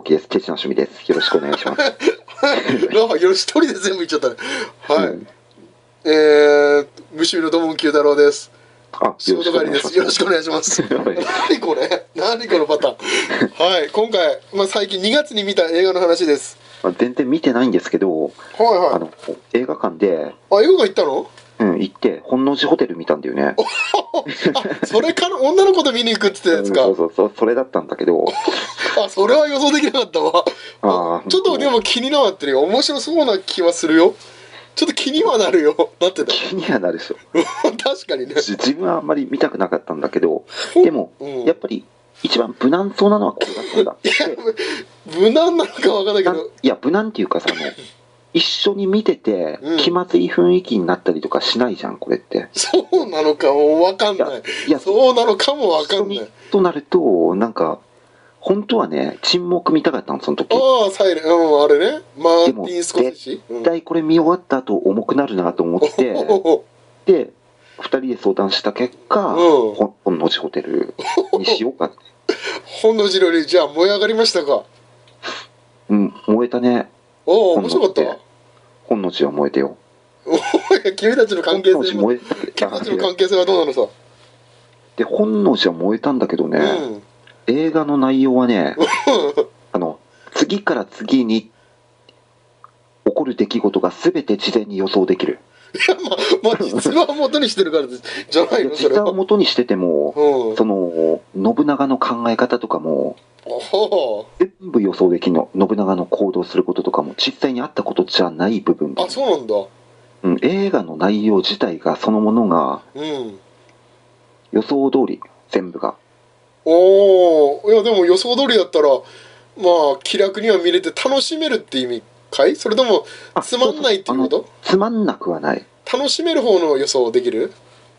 樹です。ケチな趣味です。よろしくお願いします。 一人で全部言っちゃったね。はい。無趣味の土門九太郎です。仕事帰りです。よろしくお願いします。何これ、何このパターン。はい、今回、最近2月に見た映画の話です。 全然見てないんですけど、映画館で、 映画館行ったの？ 行って、本能寺ホテル見たんだよね。 それから女の子と見に行くって言ったやつか。 そう、それだったんだけど。 それは予想できなかったわ。ちょっとでも気になってるよ。面白そうな気はするよ。ちょっと気にはなるよ。なってた。 気にはなるでしょ。 確かにね。 自分はあんまり見たくなかったんだけど、でも、やっぱり一番無難そうなのはこれだったんだ。 いや、無難なのかわかんないけど。 いや、無難っていうかさ、一緒に見てて気まずい雰囲気になったりとかしないじゃん、これって。 そうなのかもわかんない。いや、そうなのかもわかんない。 となると、なんか、本当はね、沈黙見たかったの、その時。 サイレン、あれね。マーティン・スコセッシ。 絶対これ見終わった後重くなるなと思って、で、二人で相談した結果、本能寺ホテルにしようかって。 本能寺より、じゃあ燃え上がりましたか？ 燃えたね。 面白かった？ 本能寺は燃えてよ。 君たちの関係性はどうなのさ。 で、本能寺は燃えたんだけどね、映画の内容はね、次から次に起こる出来事が全て事前に予想できる。 いや、実話を元にしてるからじゃないの？ 実話を元にしてても、その信長の考え方とかも全部予想できるの。信長の行動することとかも実際にあったことじゃない部分で。 そうなんだ。 映画の内容自体がそのものが、予想通り全部が。 いやでも予想通りだったら気楽には見れて楽しめるって意味かい？それともつまんないっていうこと？ つまんなくはない。 楽しめる方の予想できる？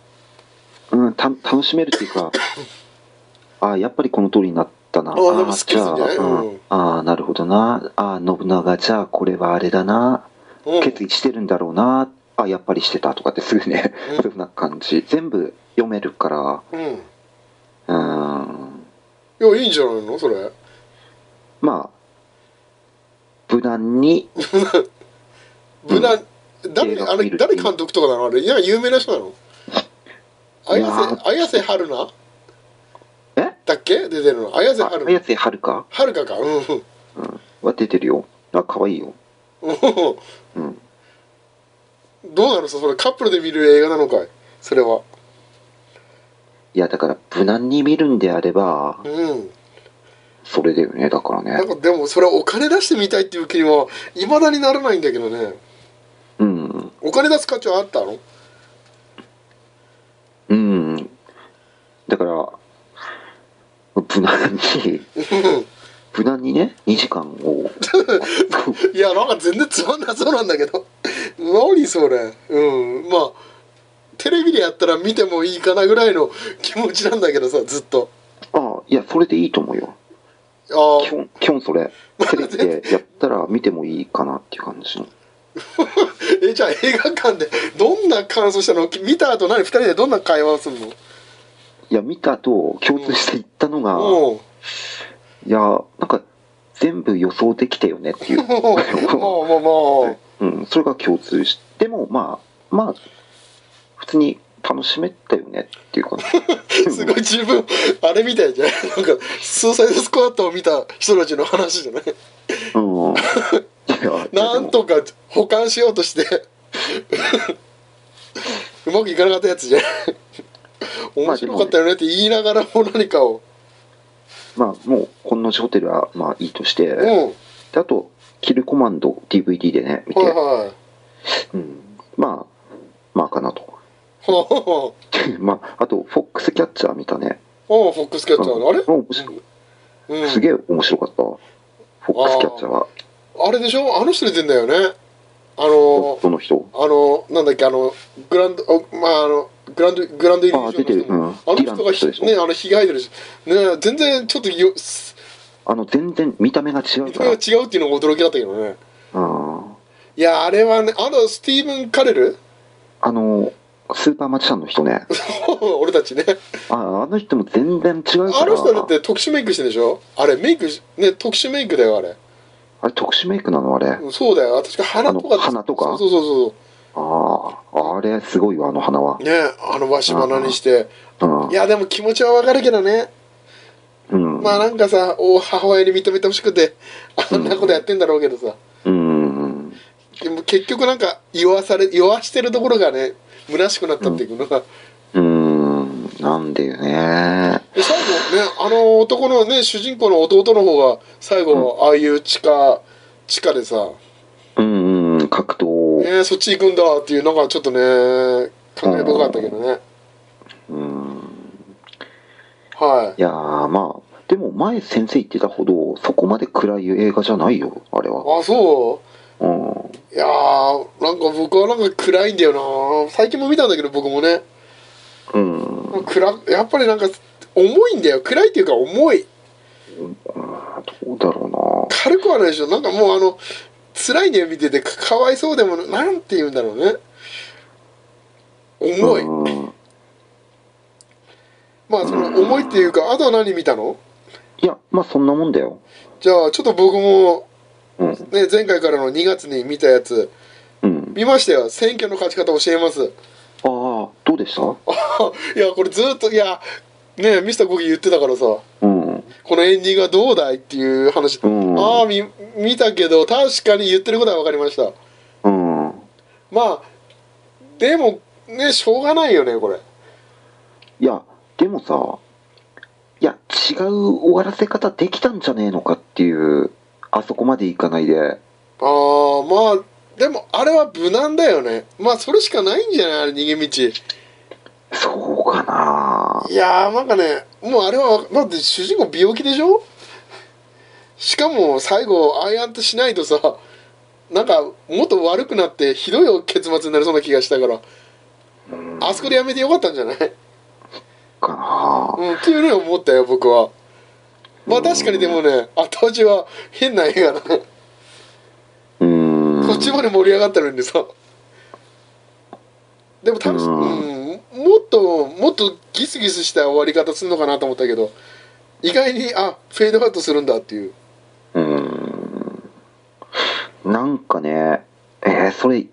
楽しめるっていうかやっぱりこの通りになったな。 じゃあ、なるほどな。信長じゃあこれはあれだな。決意してるんだろうな。やっぱりしてたとかってすぐね、そんな感じ。全部読めるから。 いや、いいんじゃないのそれ。 無難に。 無難、誰監督とかなのあれ？いや、有名な人なの？綾瀬はるなだっけ？出てるの。綾瀬はるか。はるかか。 は出てるよ。可愛いよ。 どうなのさ、それカップルで見る映画なのかい？それは。 いや、だから無難に見るんであれば、それだよね。だからね。 でもそれはお金出してみたいっていう気にはいまだにならないんだけどね。お金出す価値はあったの？ だから無難にね、2時間をいや、なんか全然つまんなそうなんだけど。何それ。テレビでやったら見てもいいかなぐらいの気持ちなんだけどさ、ずっと。 いや、それでいいと思うよ。基本それ。テレビでやったら見てもいいかなっていう感じの。 じゃあ映画館でどんな感想したの？見た後2人でどんな会話をするの？ いや、見た後共通して言ったのが、いや、なんか全部予想できたよねっていう。それが共通して、でも普通に楽しめたよねっていうか。 すごい自分あれみたいじゃん。なんかスーサイドスクワットを見た人たちの話じゃない？なんとか保管しようとしてうまくいかなかったやつじゃん。面白かったよねって言いながらも何かをもう本能寺ホテルはいいとして、であとキルコマンド DVD でね見て、かなと。あとフォックスキャッチャー見たね。 フォックスキャッチャーあれ？ すげえ面白かった。フォックスキャッチャーはあれでしょ？あの人出てんだよね。 どの人？ なんだっけ、グランドイリュージョンの人も、あの人がね、日が入ってるしね、全然ちょっと全然見た目が違うから。 見た目が違うっていうのが驚きだったけどね。いや、あれはね、スティーブン・カレル？ スーパーマジシャンの人ね。 俺たちね。 あの人も全然違うから。 あの人だって特殊メイクしてるでしょ。あれメイクね、特殊メイクだよあれ。 あれ特殊メイクなのあれ。 そうだよ。確か鼻とか。 鼻とか。 そうそうそう。 あれすごいわ、あの鼻は。 ね、わし鼻にして。いやでも気持ちはわかるけどね。まあなんかさ、母親に認めてほしくてあんなことやってんだろうけどさ。でも結局なんか弱してるところがね、虚しくなったっていうのが。 なんでよね。 最後ね、あの男のね、主人公の弟の方が最後、ああいう地下でさ、 格闘。 そっち行くんだっていうのがちょっとね、感慨深かったけどね。はい。 いやまあ、でも前先生言ってたほど、そこまで暗い映画じゃないよ、あれは。 あ、そう？いやなんか僕はなんか暗いんだよな。最近も見たんだけど、僕もね。やっぱりなんか、重いんだよ。暗いっていうか重い。 どうだろうな。 軽くはないでしょ。なんかもう辛いんだよ、見てて。かわいそうでも、なんて言うんだろうね。重い。まあ、その重いっていうか、あとは何見たの？ いや、まあそんなもんだよ。 じゃあ、ちょっと僕も、ね、前回からの2月に見たやつ、見ましたよ。選挙の勝ち方教えます。 どうでした？ いや、これずっと、いや、ね、ミスターコギ言ってたからさ、このエンディングはどうだいっていう話、見たけど、確かに言ってることは分かりました。まあ、でも、ね、しょうがないよね、これ。 いや、でもさ、いや、違う終わらせ方できたんじゃねえのかっていう、あそこまでいかないで。 まあ、でも、あれは無難だよね。まあ、それしかないんじゃない？あれ、逃げ道。 そうかな。 いやなんかね、もうあれは、だって主人公病気でしょ？しかも、最後、ああやってしないとさ、なんか、もっと悪くなって、ひどい結末になりそうな気がしたから、あそこでやめてよかったんじゃない？ かな。 っていうのを思ったよ、僕は。まあ確かにでもね、後味は変な映画だね。こっちまで盛り上がってるんでさ。でも多分、もっとギスギスした終わり方するのかなと思ったけど、意外に、フェードアウトするんだっていう。 なんかね、それ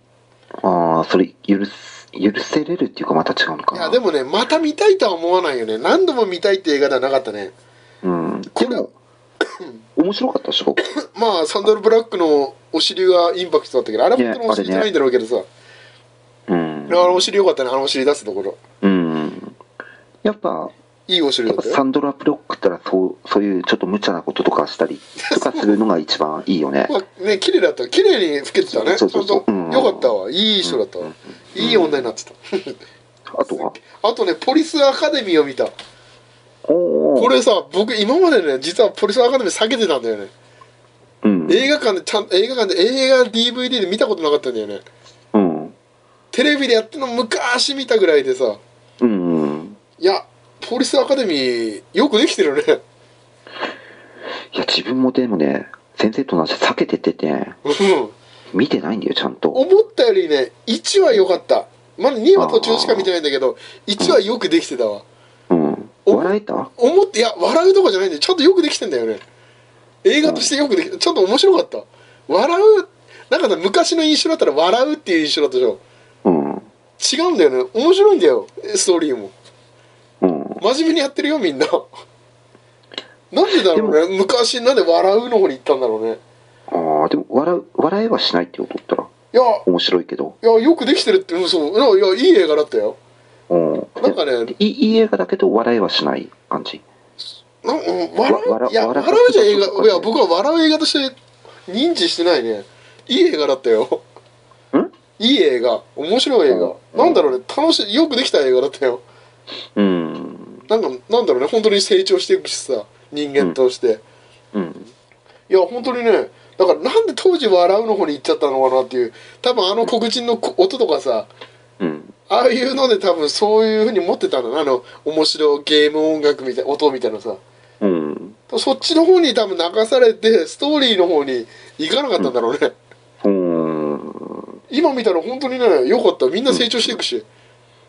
許せれるっていうかまた違うのかな。 いや、でもね、また見たいとは思わないよね。何度も見たいって映画ではなかったね。 でも、面白かったでしょ。 まあ、サンドル・ブラックのお尻がインパクトだったけど、あれ本当にお尻じゃないんだろうけどさ。お尻よかったね、お尻出すところ。 やっぱ、 いいお尻だったよ。 サンドラ・ブロックったらそういうちょっと無茶なこととかしたりとかするのが一番いいよね。 ね、綺麗だった。綺麗に老けてたね。そうよかったわ。いい人だったわ。いい女になってた。あとね、ポリスアカデミーを見た。これさ、僕今までね、実はポリスアカデミー避けてたんだよね。映画館で映画 DVD で見たことなかったんだよね。テレビでやってるの昔見たぐらいでさ。いや、ポリスアカデミーよくできてるね。 いや、自分もでもね、先生と同じ避けてて見てないんだよ、ちゃんと。 思ったよりね、1は良かった。まだ2は途中しか見てないんだけど、1はよくできてたわ。 笑えた？ いや、笑うとかじゃないんだよ。ちゃんとよくできてんだよね。映画としてよくできて、ちゃんと面白かった。笑う、なんか昔の印象だったら笑うっていう印象だったでしょ。違うんだよね。面白いんだよ、ストーリーも。真面目にやってるよ、みんな。なんでだろうね。昔なんで笑うの方に行ったんだろうね。 でも笑えはしないってことったら。 いや、面白いけど。 いや、よくできてるって、そう。いや、いい映画だったよ。なんかね、 いい映画だけど笑いはしない感じ。 笑うじゃ映画、いや、僕は笑う映画として認知してないね。いい映画だったよ。いい映画、面白い映画。なんだろうね、よくできた映画だったよ。なんだろうね、本当に成長していくしさ、人間として。いや、本当にね、だからなんで当時笑うの方に行っちゃったのかなっていう、多分黒人の音とかさ、ああいうので多分そういう風に持ってたの。面白いゲーム音楽みたいな、音みたいなさ。そっちの方に多分流されて、ストーリーの方に行かなかったんだろうね。今見たら本当にね、よかった。みんな成長していくし。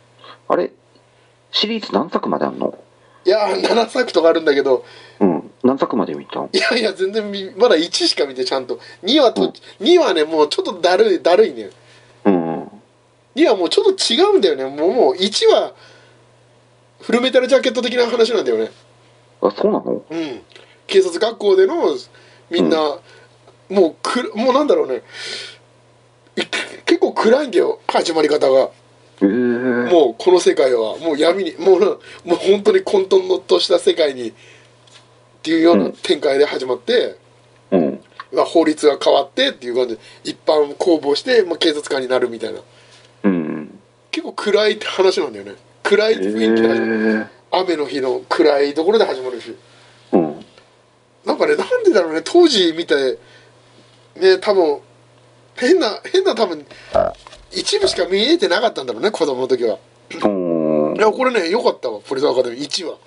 あれシリーズ何作まであんの？ いや7作とかあるんだけど、 何作まで見たの？ いや全然まだ1しか見て、ちゃんと2は2はねもうちょっとだるいね。2はもうちょっと違うんだよね。もう1はフルメタルジャケット的な話なんだよね。 あ、そうなの？ 警察学校でのみんな、もうなんだろうね、結構暗いんだよ、始まり方が。もうこの世界はもう闇にもう本当に混沌とした世界にっていうような展開で始まって、法律が変わってっていう感じで一般公募して、警察官になるみたいな、結構暗い話なんだよね。暗い雰囲気で始まる、雨の日の暗いところで始まるし、なんかね、なんでだろうね、当時見てね、多分変な多分一部しか見えてなかったんだろうね、子供の時は。いやこれね良かったわ、ポリスアカデミー1は。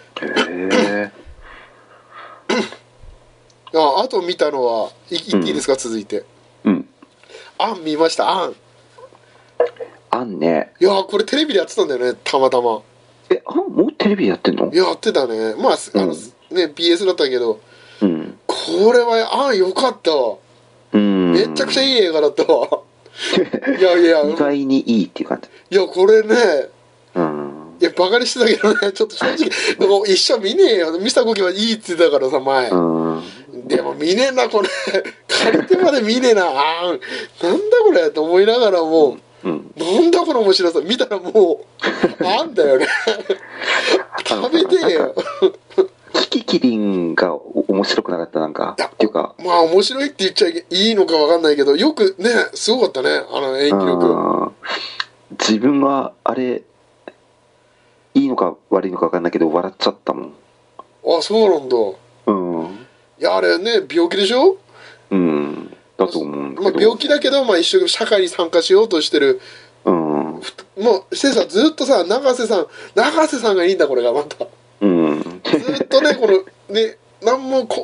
あと見たのは言っていいですか、続いて。アン見ました？ アンね。 いやこれテレビでやってたんだよね、たまたま。 アンもうテレビでやってんの？ やってたね。BS だったけど、これはアン良かったわ。めちゃくちゃいい映画だったわ。いや意外にいいっていう感じ。 いやこれね、いやバカにしてたけどね、ちょっと正直もう一生見ねえよ、見た時はいいって言ってたからさ前。でも見ねえなこれ借りてまで見ねえな、なんだこれと思いながらも、なんだこの面白さ、見たらもうあんだよね食べてえよキキキリンが面白くなかった？なんかっていうか、 面白いって言っちゃいいのか分かんないけど、よくね、すごかったね、あの演技力。 自分はあれいいのか悪いのか分かんないけど笑っちゃったもん。 あ、そうなんだ。いやあれね、病気でしょ。 だと思うんだけど、 病気だけど、一生懸命社会に参加しようとしてる。もうしてさ、ずっとさ、永瀬さんがいいんだ、これがまた。ずっとね、このね、なんもこ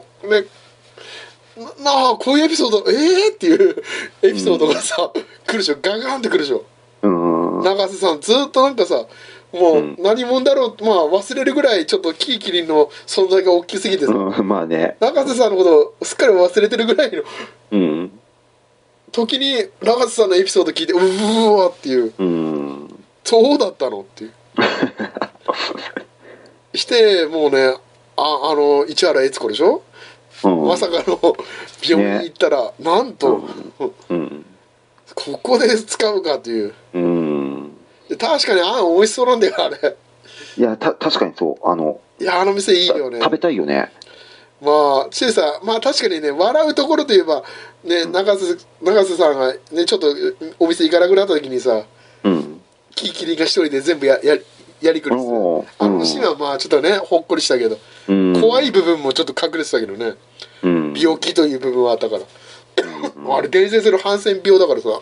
ういうエピソードっていうエピソードがさ、来るでしょ、ガガンって来るでしょ。永瀬さんずっとなんかさ、もう何者だろう、忘れるぐらいちょっとキーキリンの存在が大きすぎてさ、永瀬さんのことをすっかり忘れてるぐらいの、時に永瀬さんのエピソード聞いてうわっていう、そうだったのっていうしてもうね、市原悦子でしょ、まさかの病院に行ったら、なんと、ここで使うかっていう。確かに美味しそうなんだよあれ。 いや確かにそう、 いや店いいよね。 食べたいよね。 ついさ、確かにね、笑うところといえばね、永瀬さんがねちょっとお店行かなくなった時にさ、キキリンが一人で全部やりくりするあのシーンはちょっとねほっこりしたけど、怖い部分もちょっと隠れてたけどね、病気という部分はあったからあれ伝説のハンセン病だからさ、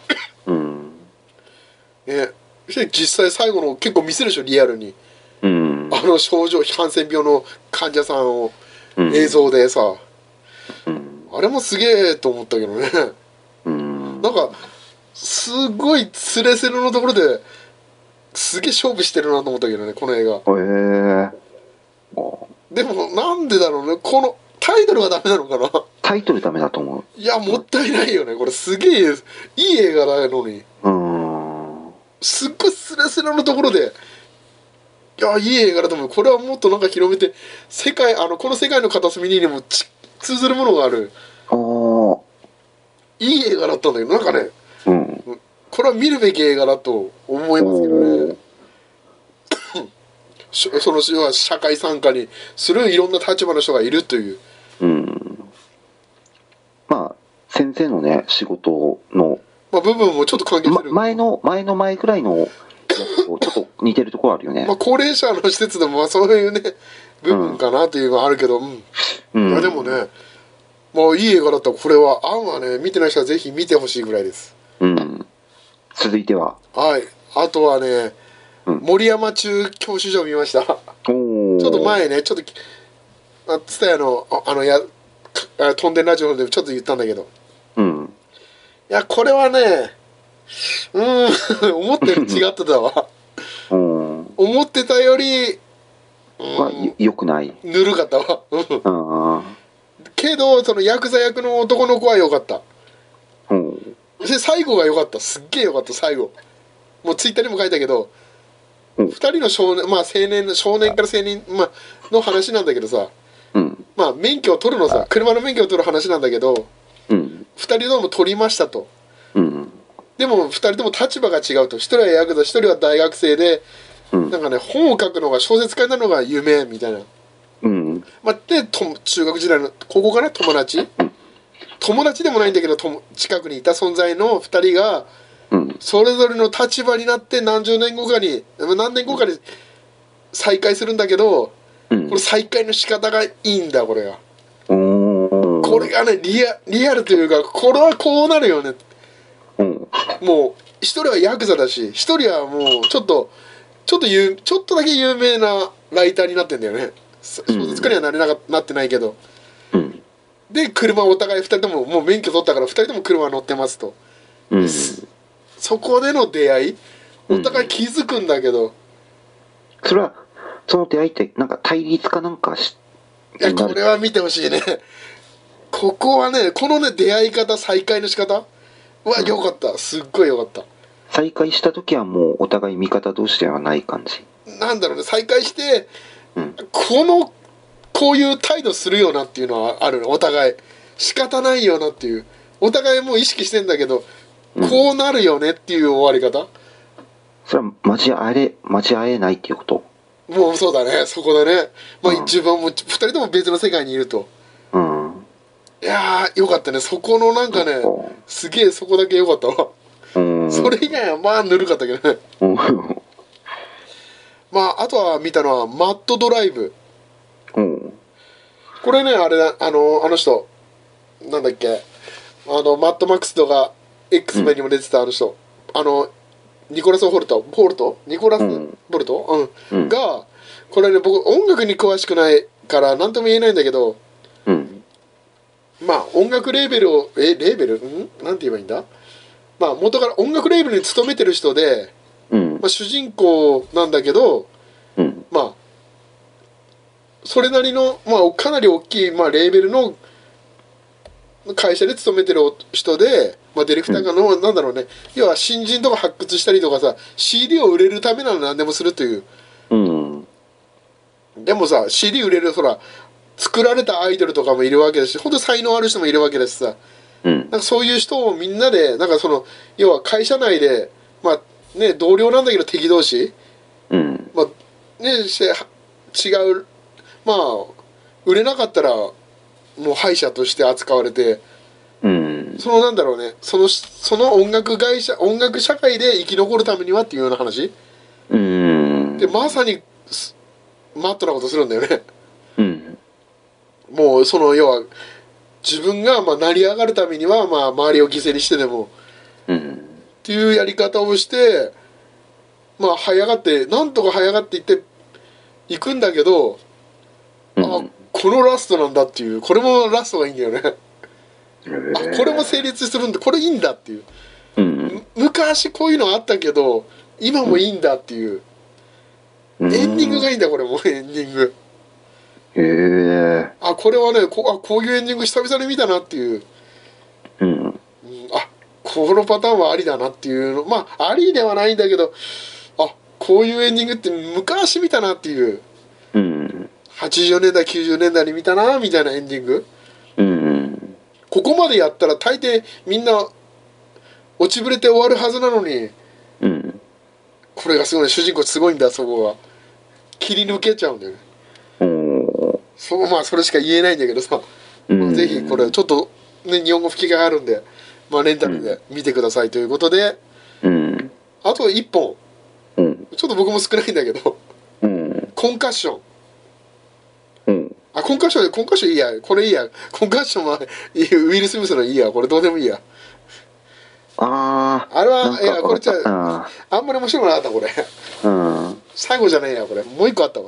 ね、実際最後の結構見せるでしょ、リアルに、症状、ハンセン病の患者さんを映像でさ、あれもすげえと思ったけどね、なんかすごいスレスレのところですげえ勝負してるなと思ったけどね、この映画。でもなんでだろうね、このタイトルがダメなのかな。 タイトルダメだと思う。 いやもったいないよね、これすげえいい映画なのに、すっごいスレスレのところで、いやいい映画だと思う。これはもっとなんか広めてこの世界の片隅にも通ずるものがあるいい映画だったんだけど、なんかね、これは見るべき映画だと思いますけどねその要は社会参加にするいろんな立場の人がいるという、 先生のね仕事の部分もちょっと関係してる、 前ぐらいのちょっと似てるところあるよね。 高齢者の施設でもそういうね部分かなというのがあるけど、いやでもね、いい映画だったらこれはね見てない人はぜひ見てほしいぐらいです。 続いては、 あとはね、森山中教習所見ました。ちょっと前ね、ちょっとツタヤの飛んでるラジオでちょっと言ったんだけど、いやこれはね思ったより違ってたわ思ってたより、 よくない。 ぬるかったわ。けど、そのヤクザ役の男の子は良かった。で、最後が良かった。すっげえ良かった、最後。もうツイッターにも書いたけど、二人の少年、まあ少年から青年、まあ、の話なんだけどさ、まあ免許を取るのさ、車の免許を取る話なんだけど、二人とも取りましたと。でも二人とも立場が違うと。一人はヤクザ、一人は大学生で、なんかね、本を書くのが、小説家になるのが夢みたいな。まあ、で、中学時代の、ここかな、友達でもないんだけど、近くにいた存在の二人が、それぞれの立場になって何年後かに再会するんだけど、これ再会の仕方がいいんだ、これが。これがね、リアルというか、これはこうなるよね。もう、一人はヤクザだし、一人はもう、ちょっとだけ有名なライターになってんだよね。小説家にはなってないけど。で、車をお互い二人とも、もう免許取ったから二人とも車乗ってますと。そこでの出会い、お互い気づくんだけど。 それは、その出会いって、なんか対立かなんかいや、これは見てほしいね。ここはね、このね、出会い方、再会の仕方は良かった。すっごい良かった。 再会した時はもうお互い味方同士ではない感じ。 なんだろうね、再会して、こういう態度するよなっていうのはあるの、お互い。仕方ないよなっていう。お互いもう意識してんだけど、こうなるよねっていう終わり方。 それは交わえないっていうこと？ もうそうだね、そこだね。まあ自分も二人とも別の世界にいると。いやー、よかったね。そこのなんかね、すげえそこだけよかったわ。それ以外はまあぬるかったけどね。まああとは見たのはマッドドライブ。これね、あれだ、あの人なんだっけ、マッドマックスとか X メンにも出てたあの人、ニコラス・ボルトが、これね、僕音楽に詳しくないから何とも言えないんだけど、まあ音楽レーベルをなんて言えばいいんだ。まあ元から音楽レーベルに勤めてる人で、まあ、主人公なんだけど、まあそれなりの、まあ、かなり大きい、まあ、レーベルの会社で勤めてる人で、まあ、ディレクターがなんだろうね、要は新人とか発掘したりとかさ、 CD を売れるためなら何でもするという、でもさ CD 売れる、ほら作られたアイドルとかもいるわけだし、本当才能ある人もいるわけだしさ、なんかそういう人をみんなで、なんかその要は会社内で、まあね、同僚なんだけど敵同士、まあね、違う、まあ売れなかったらもう敗者として扱われて、そのなんだろうね、その音楽社会で生き残るためにはっていうような話、でまさにマットなことするんだよね。もうその要は自分がまあ成り上がるためには、まあ周りを犠牲にしてでも、っていうやり方をして、まあなんとか這い上がっていっていくんだけど、このラストなんだっていう、これもラストがいいんだよね。これも成立するんで、これいいんだっていう、昔こういうのあったけど今もいいんだっていう、エンディングがいいんだ。これもエンディング、これはね、こういうエンディング久々に見たなっていう、このパターンはありだなっていうの、まあありではないんだけど、こういうエンディングって昔見たなっていう、80年代90年代に見たなみたいなエンディング、ここまでやったら大抵みんな落ちぶれて終わるはずなのに、これがすごい、主人公すごいんだ。そこが切り抜けちゃうんだよね。まあそれしか言えないんだけどさ、ぜひこれちょっとね、日本語吹き替えあるんで、まあレンタルで見てくださいということで、あと1本、ちょっと僕も少ないんだけど、コンカッション。コンカッションいいや、これいいや、コンカッションはウィル・スミスのいいや、これどうでもいいや。あれは、いや、これあんまり面白くなかった、これ。最後じゃねえや、これ。もう一個あったわ。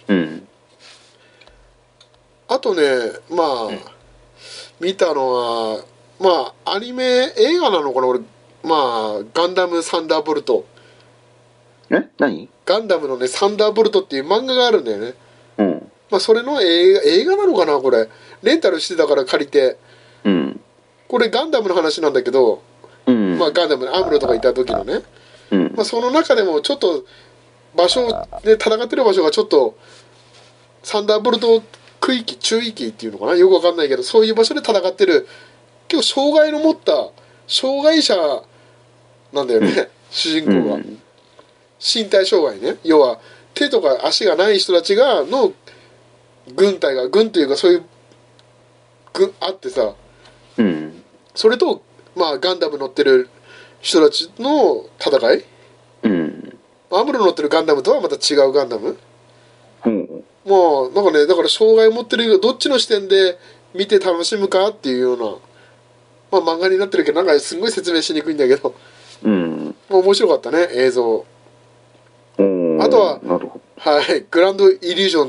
あとね、まあ、見たのは、まあ、映画なのかな、俺。まあ、ガンダム・サンダーボルト。 何？ ガンダムのね、サンダーボルトっていう漫画があるんだよね。 うん。 まあ、それの映画なのかな、これ。レンタルしてたから借りて。 うん。 これガンダムの話なんだけど、 うん。 まあ、ガンダムのアムロとかいた時のね。 うん。 まあ、その中でもちょっと、場所で戦ってる場所がちょっと、サンダーボルト区域、中域っていうのかな、よくわかんないけど、そういう場所で戦ってる、結構障害の持った、障害者なんだよね、主人公が。身体障害ね。要は、手とか足がない人たちの軍隊が、軍というかそういう、あってさ、 うん。 それと、まあ、ガンダム乗ってる人たちの戦い。 うん。 アムロ乗ってるガンダムとはまた違うガンダム。 うん。 もうなんかね、だから障害を持ってるどっちの視点で見て楽しむかっていうような、まあ、漫画になってるけど、なんかすごい説明しにくいんだけど、 うん。 面白かったね、映像。あとは、はい、グランドイリュージョン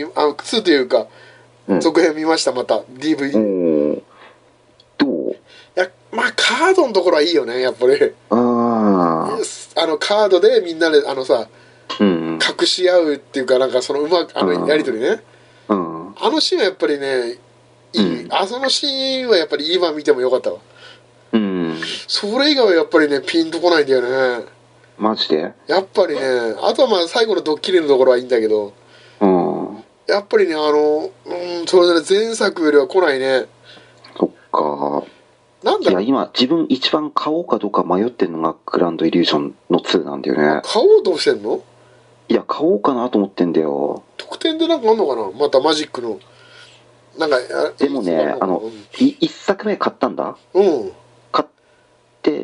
2というか、続編見ました、また DVD。 どう？ いや、まあカードのところはいいよね、やっぱり。カードでみんなで隠し合うっていうか、なんかそのやりとりね。あのシーンはやっぱりね、いい。そのシーンはやっぱり今見てもよかったわ。それ以外はやっぱりね、ピンとこないんだよね。 マジで？ やっぱりね、あとはまあ最後のドッキリのところはいいんだけど、やっぱりね、それぞれ前作よりは来ないね。 そっか。なんだろう。いや、今、自分一番買おうかどうか迷ってるのがグランドイリュージョンの2なんだよね。 買おうとしてんの？ いや、買おうかなと思ってんだよ。 特典でなんかあんのかな、またマジックの。なんか、 でもね、一作目買ったんだ。買って、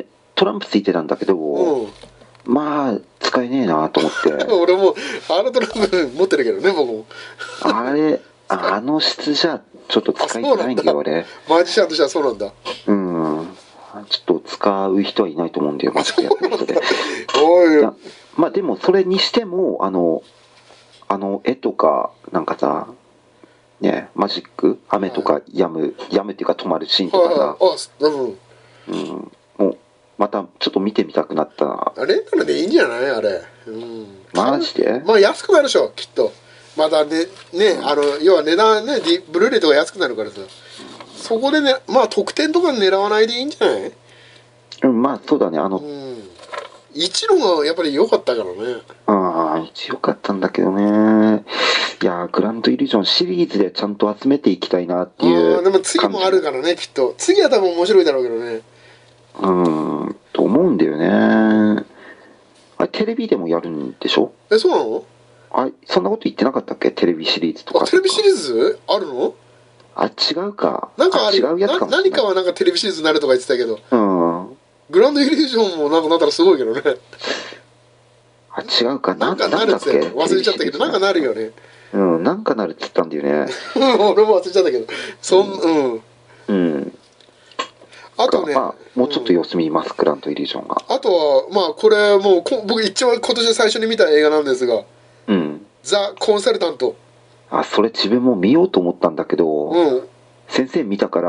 トランプついてたんだけど、まあ、使えねえなと思って。 俺も、トランプ持ってるけどね、僕も。 あれ、あの質じゃ、ちょっと使いづらいんだよ、俺。 マジシャンとしてはそうなんだ。 ちょっと使う人はいないと思うんだよ、マジでやってる人で。まあでも、それにしても、絵とか、なんかさ、ね、マジック、雨とか止むっていうか止まるシーンとかさ、もう、またちょっと見てみたくなったな。 レンタルでいいんじゃないあれ。 マジで？ まあ安くなるでしょ、きっと。またね、要は値段ね、ブルーレイとか安くなるからさ。そこでね、まあ特典とか狙わないでいいんじゃない？ まあそうだね、 1のがやっぱり良かったからね。 1良かったんだけどね。いやグランドイリュージョンシリーズでちゃんと集めていきたいなっていう。 でも次もあるからね、きっと。次は多分面白いだろうけどね。 と思うんだよね。テレビでもやるんでしょ？ そうなの？ そんなこと言ってなかったっけ？テレビシリーズとか。 テレビシリーズあるの？ 違うか。 なんか違うやつかもしれない。 何かはなんかテレビシリーズになるとか言ってたけど。グランドイリュージョンもなんかなったらすごいけどね。 違うか。 なんかなるって忘れちゃったけど、なんかなるよね。 なんかなるって言ったんだよね。 俺も忘れちゃったけど。あとね、 もうちょっと様子見ます、グランドイリュージョンが。 あとは、まあこれもう僕一番今年最初に見た映画なんですが、ザ・コンサルタント。 それ自分も見ようと思ったんだけど、先生見たから、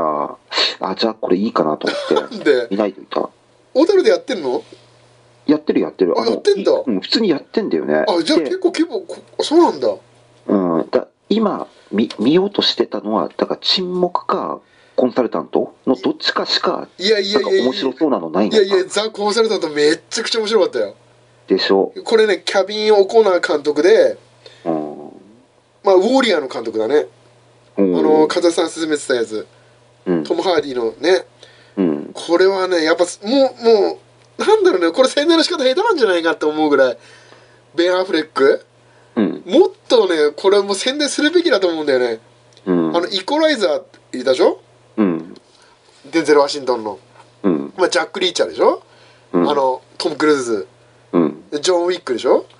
じゃあこれいいかなと思って見ないといた。 小樽でやってんの？ やってる。やってんだ。普通にやってんだよね。 じゃあ結構そうなんだ。 今見ようとしてたのはだから沈黙かコンサルタントのどっちかしか面白そうなのないのか。 いやザ・コンサルタントめっちゃくちゃ面白かったよ。 でしょ。 これね、キャビン・オコナー監督で、まあウォーリアーの監督だね。風さん勧めてたやつ、トム・ハーディのね、これはねやっぱもうなんだろうね、これ宣伝の仕方下手なんじゃないかって思うぐらい、ベン・アフレック、もっとねこれも宣伝するべきだと思うんだよね。イコライザーいたでしょ、デンゼル・ワシントンの、まあ、ジャック・リーチャーでしょ、トム・クルーズ、ジョン・ウィックでしょ、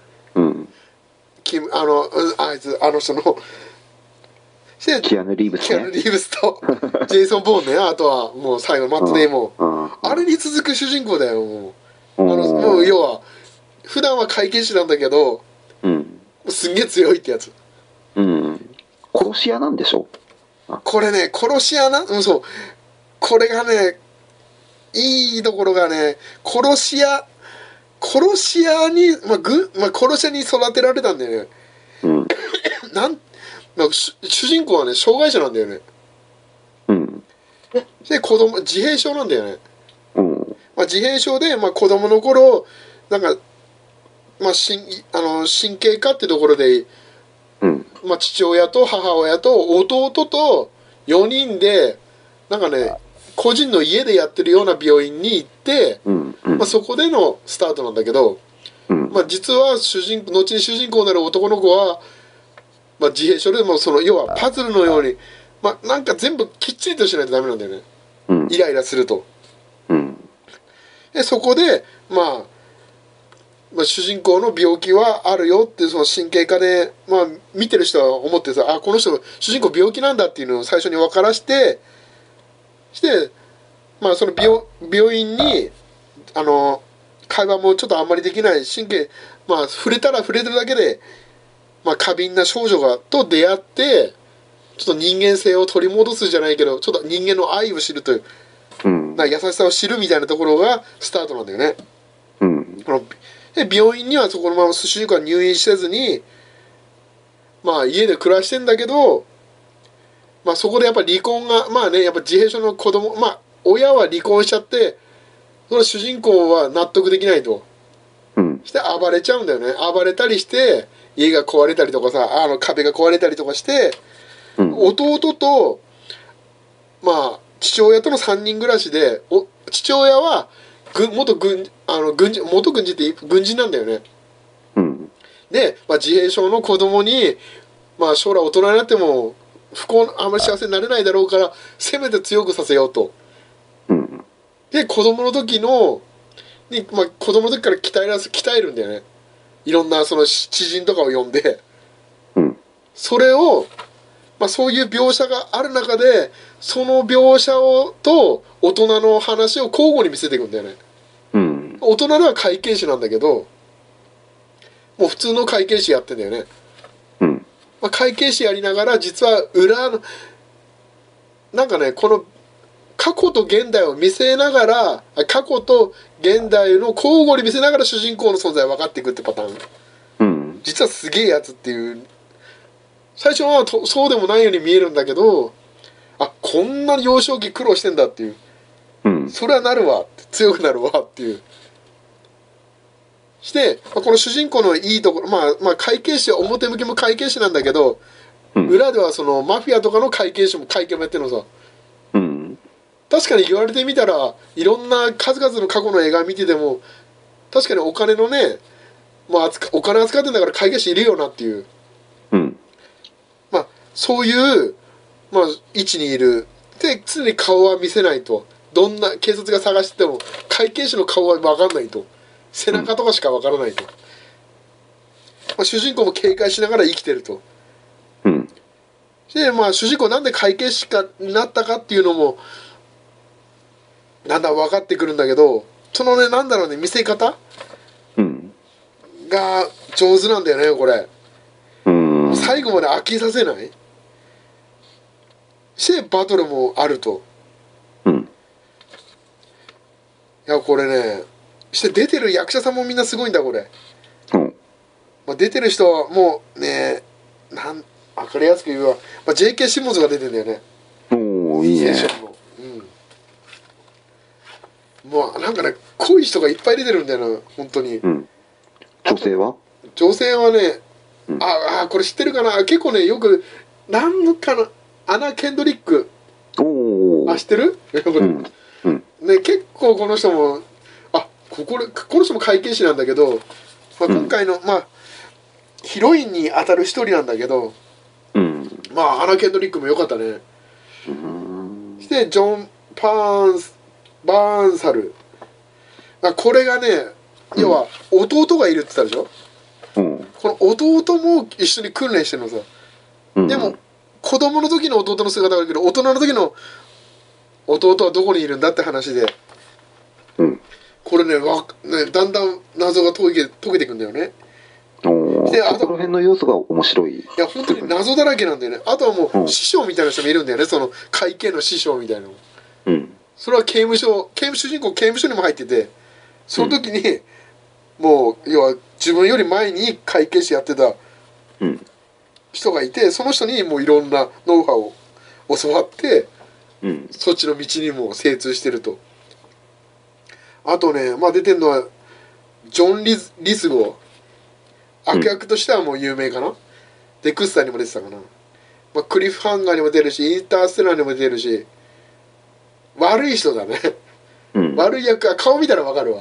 あの人のキアヌ・リーブスね。 キアヌ・リーブスとジェイソン・ボーンね。あとはもう最後マット・デイモン、あれに続く主人公だよ。もう要は普段は会計士なんだけど、すんげえ強いってやつ。 殺し屋なんでしょ。 これね、殺し屋そう、これがねいいところがね、殺し屋殺し屋に、殺し屋に育てられたんだよね。 うん。 主人公はね、障害者なんだよね。 うん。 で、自閉症なんだよね。 うん。 自閉症で、子供の頃、なんか、神経科ってところで、 うん。 父親と母親と弟と4人で、なんかね、個人の家でやってるような病院に行って、そこでのスタートなんだけど、実は後に主人公になる男の子は、自閉症でも要はパズルのように、なんか全部きっちりとしないとダメなんだよね。イライラすると。でそこで、主人公の病気はあるよってその神経科で、見てる人は思ってさ、この人主人公病気なんだっていうのを最初に分からして、その病院に会話もちょっとあんまりできない神経、触れたら触れてるだけで、過敏な少女と出会って、ちょっと人間性を取り戻すじゃないけど、ちょっと人間の愛を知るという、優しさを知るみたいなところがスタートなんだよね。で病院にはそこのまま主人公は入院せずに、家で暮らしてんだけど、そこでやっぱ離婚が、やっぱ自閉症の子供、親は離婚しちゃって、その主人公は納得できないと。して暴れちゃうんだよね。暴れたりして、家が壊れたりとかさ、壁が壊れたりとかして、弟と、父親との3人暮らしで、父親は元軍人って軍人なんだよね。で、自閉症の子供に、将来大人になってもあんまり幸せになれないだろうから、せめて強くさせようと。で、子供の時から鍛えるんだよね。いろんなその知人とかを呼んで、それを、そういう描写がある中で、その描写と大人の話を交互に見せていくんだよね。大人のは会計士なんだけど、もう普通の会計士やってんだよね。会計士やりながら、実はなんかね、この過去と現代を見せながら、過去と現代の交互に見せながら主人公の存在が分かっていくってパターン。実はすげえやつっていう。最初はそうでもないように見えるんだけど、こんなに幼少期苦労してんだっていう。それはなるわって、強くなるわっていう。して、この主人公のいいところ、会計士は表向きも会計士なんだけど、裏ではそのマフィアとかの会計もやってるのさ。確かに言われてみたら、いろんな数々の過去の映画見てても、確かにお金のね、お金扱ってんだから会計士いるよなっていう。そういう、位置にいる。で、常に顔は見せないと。どんな警察が探してても、会計士の顔は分かんないと。背中とかしか分からないと。主人公も警戒しながら生きてると。で、主人公なんで会計士になったかっていうのも、だんだん分かってくるんだけど、そのね、見せ方が上手なんだよね、これ。最後まで飽きさせない。してバトルもあると。いや、これね、して出てる役者さんもみんなすごいんだ、これ。出てる人はもうね、分かりやすく言うわ、J.K. シモンズが出てんだよね。 いいね。 もうなんかね、濃い人がいっぱい出てるんだよな、本当に。 女性はね、これ知ってるかな。結構ね、よくなんかな、アナ・ケンドリック。知ってる？ね、結構この人もこの人も会計士なんだけど、今回のヒロインに当たる一人なんだけど、アナ・ケンドリックも良かったね。してジョン・バーンサル。これがね、要は弟がいるって言ったでしょ。この弟も一緒に訓練してるのさ。でも子供の時の弟の姿があるけど、大人の時の弟はどこにいるんだって話で、これね、だんだん謎が解けていくんだよね。 で、この辺の要素が面白い。 いや、本当に謎だらけなんだよね。あとはもう師匠みたいな人もいるんだよね、その会計の師匠みたいなの。それは主人公刑務所にも入ってて、その時に、 もう要は自分より前に会計士やってた人がいて、その人にもういろんなノウハウを教わって、そっちの道にも精通してると。あとね、まあ出てるのはジョン・リスゴー、悪役としてはもう有名かな。デクスターにも出てたかな。まあ、クリフハンガーにも出るし、インターステラーにも出るし、悪い人だね。悪い役は顔見たらわかるわ。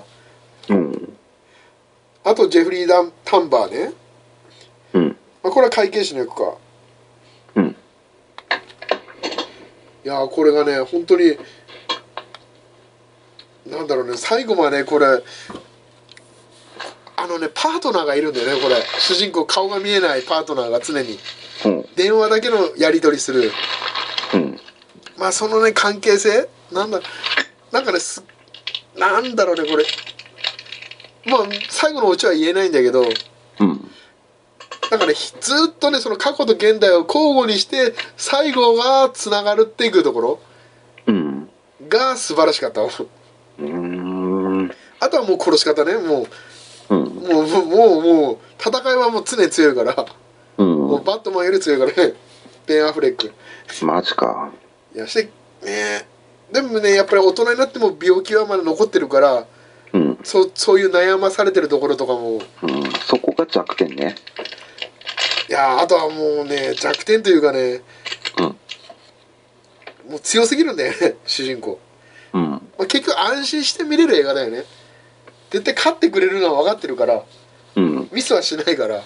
あとジェフリー・タンバーね。まあ、これは会計士の役か。いやこれがね本当になんだろうね、最後までこれパートナーがいるんだよね。これ主人公顔が見えないパートナーが常に電話だけのやり取りする、まあそのね関係性なんかねなんだろうねこれ、まあ最後のオチは言えないんだけど、なんかねずっとねその過去と現代を交互にして最後はつながるっていくところが素晴らしかった。あとはもう殺し方ね、もう戦いはもう常に強いから、もうバットマンより強いからね、ベン・アフレック。 マジか。 いやしてね、でもねやっぱり大人になっても病気はまだ残ってるから、そういう悩まされてるところとかも、 そこが弱点ね。 いやあとはもうね弱点というかね、もう強すぎるんだよね主人公。まあ、結局安心して見れる映画だよね。絶対勝ってくれるのは分かってるから、ミスはしないから、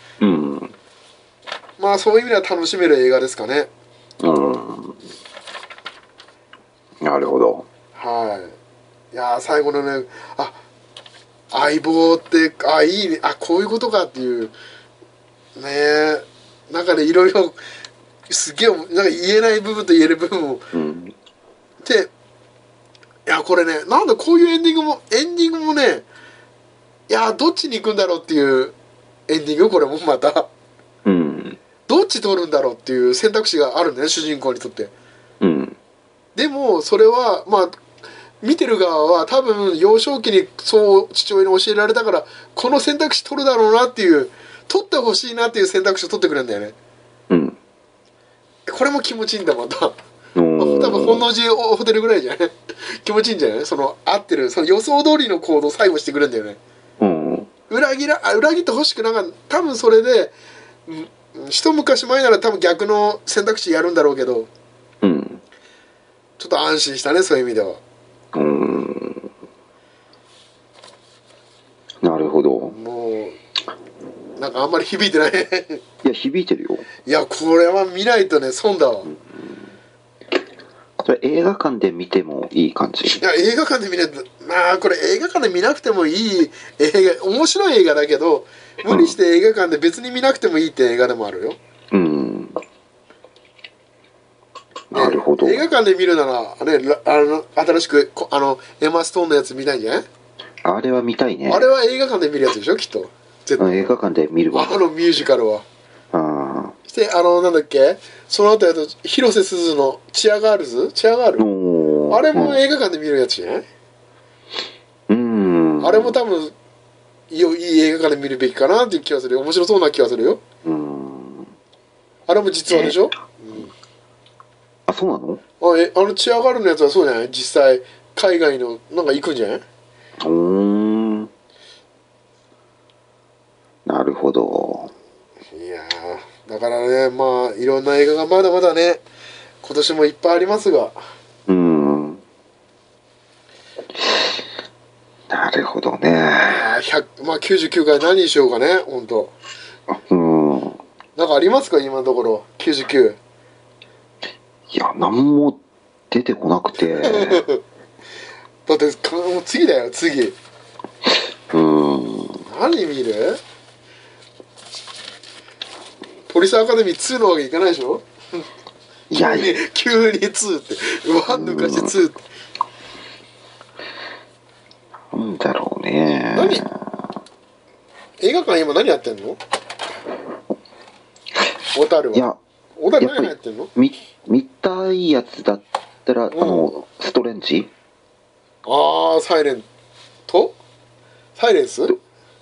まあそういう意味では楽しめる映画ですかね。 なるほど。 いや最後のね、相棒っていいね、こういうことかっていうね、なんかねいろいろすげえなんか言えない部分と言える部分を、でいやこれねなんだこういうエンディングもね、いやどっちに行くんだろうっていうエンディング、これもまた、どっち取るんだろうっていう選択肢があるんだね主人公にとって。でもそれはまあ見てる側は多分幼少期にそう父親に教えられたからこの選択肢取るだろうなっていう、取ってほしいなっていう選択肢を取ってくれるんだよね。これも気持ちいいんだまた。多分本能寺ホテルぐらいじゃない気持ちいいんじゃない、その合ってるその予想通りの行動を最後してくれるんだよね。裏切ってほしくなかった。多分それで一昔前なら多分逆の選択肢やるんだろうけど、ちょっと安心したねそういう意味では。 なるほど。 もうなんかあんまり響いてないいや響いてるよ。 いやこれは見ないとね損だわ。 それ映画館で見てもいい感じ。 いや映画館で見ないと、まあこれ映画館で見なくてもいい映画、面白い映画だけど無理して映画館で別に見なくてもいいって映画でもあるよ。 なるほど。 映画館で見るなら新しくエマ・ストーンのやつ見たいんじゃない？ あれは見たいね。 あれは映画館で見るやつでしょきっと。 映画館で見るわ。 ミュージカルは。してなんだっけ、その後やと広瀬すずのチアガール、あれも映画館で見るやつじゃない？あれも多分いい映画館で見るべきかなっていう気がするよ。面白そうな気がするよ。あれも実話でしょ。 そうなの？ チアガールのやつはそうじゃない？実際海外のなんか行くんじゃない？ なるほど。 いやだからね、まあいろんな映画がまだまだね今年もいっぱいありますが、 なるほどね。 まあ99回何にしようかね本当。なんかありますか今のところ99。 いや何も出てこなくてだってもう次だよ次。何見る？ポリスアカデミー2のわけいかないでしょ。いや急に2って1抜かして2ってなんだろうね。 映画館今何やってんの？小樽は。いや小樽何やってんの？ 見たいやつだったらストレンジ。 サイレンス？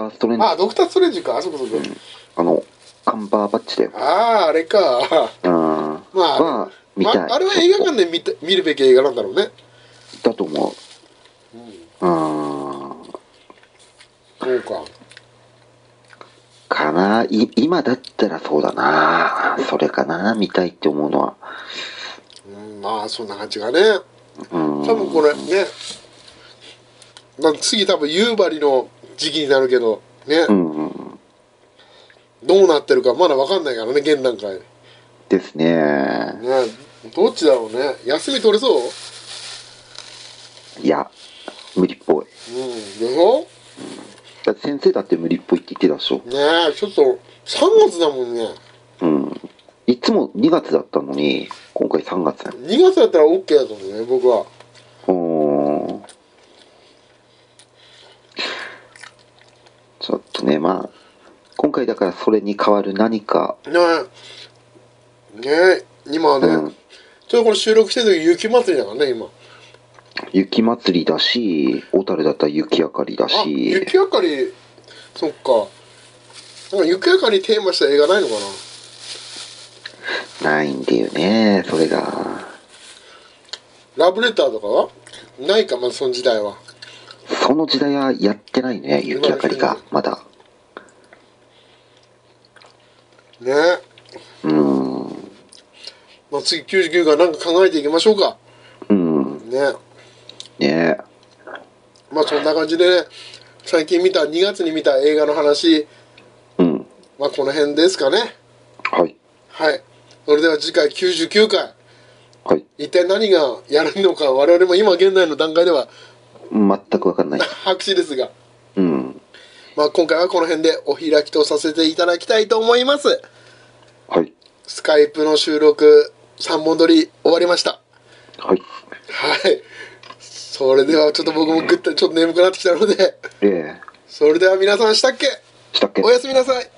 ター・ストレンジ。 ドクター・ストレンジか。あそこそこ。 カンバーバッチだよ。 あれか。 見たい。 あれは映画館で見るべき映画なんだろうね。 だと思う。 そうか。 かな。今だったらそうだな。それかな。見たいって思うのは。 そんな感じがね。多分これね。次多分夕張の時期になるけどね。どうなってるかまだ分かんないからね、現段階ですね。 どっちだろうね。休み取れそう？ いや、無理っぽい。 でしょ？ だって先生だって無理っぽいって言ってたでしょ。 ねえ、ちょっと3月だもんね。 いつも2月だったのに今回3月だよ。 2月だったら OK だと思うね、僕は。 ちょっとね、今回だからそれに代わる何か今はね、ちょうどこれ収録してる時雪祭りだからね、今。 雪祭りだし、小樽だったら雪明かりだし。 雪明かり、そっか。なんか雪明かりテーマした映画ないのかな？ないんだよね、それが。 ラブレターとかはないか、まずその時代は。 その時代はやってないね、雪明かりが、まだ。 ね。次99回なんか考えていきましょうか。ね。そんな感じでね、最近2月に見た映画の話、この辺ですかね。 はい。 それでは次回99回。一体何がやるのか、我々も今現在の段階では全く分かんない。 白紙ですが。今回はこの辺でお開きとさせていただきたいと思います。スカイプの収録3本撮り終わりました。それではちょっと僕もちょっと眠くなってきたので、それでは皆さんしたっけ？おやすみなさい。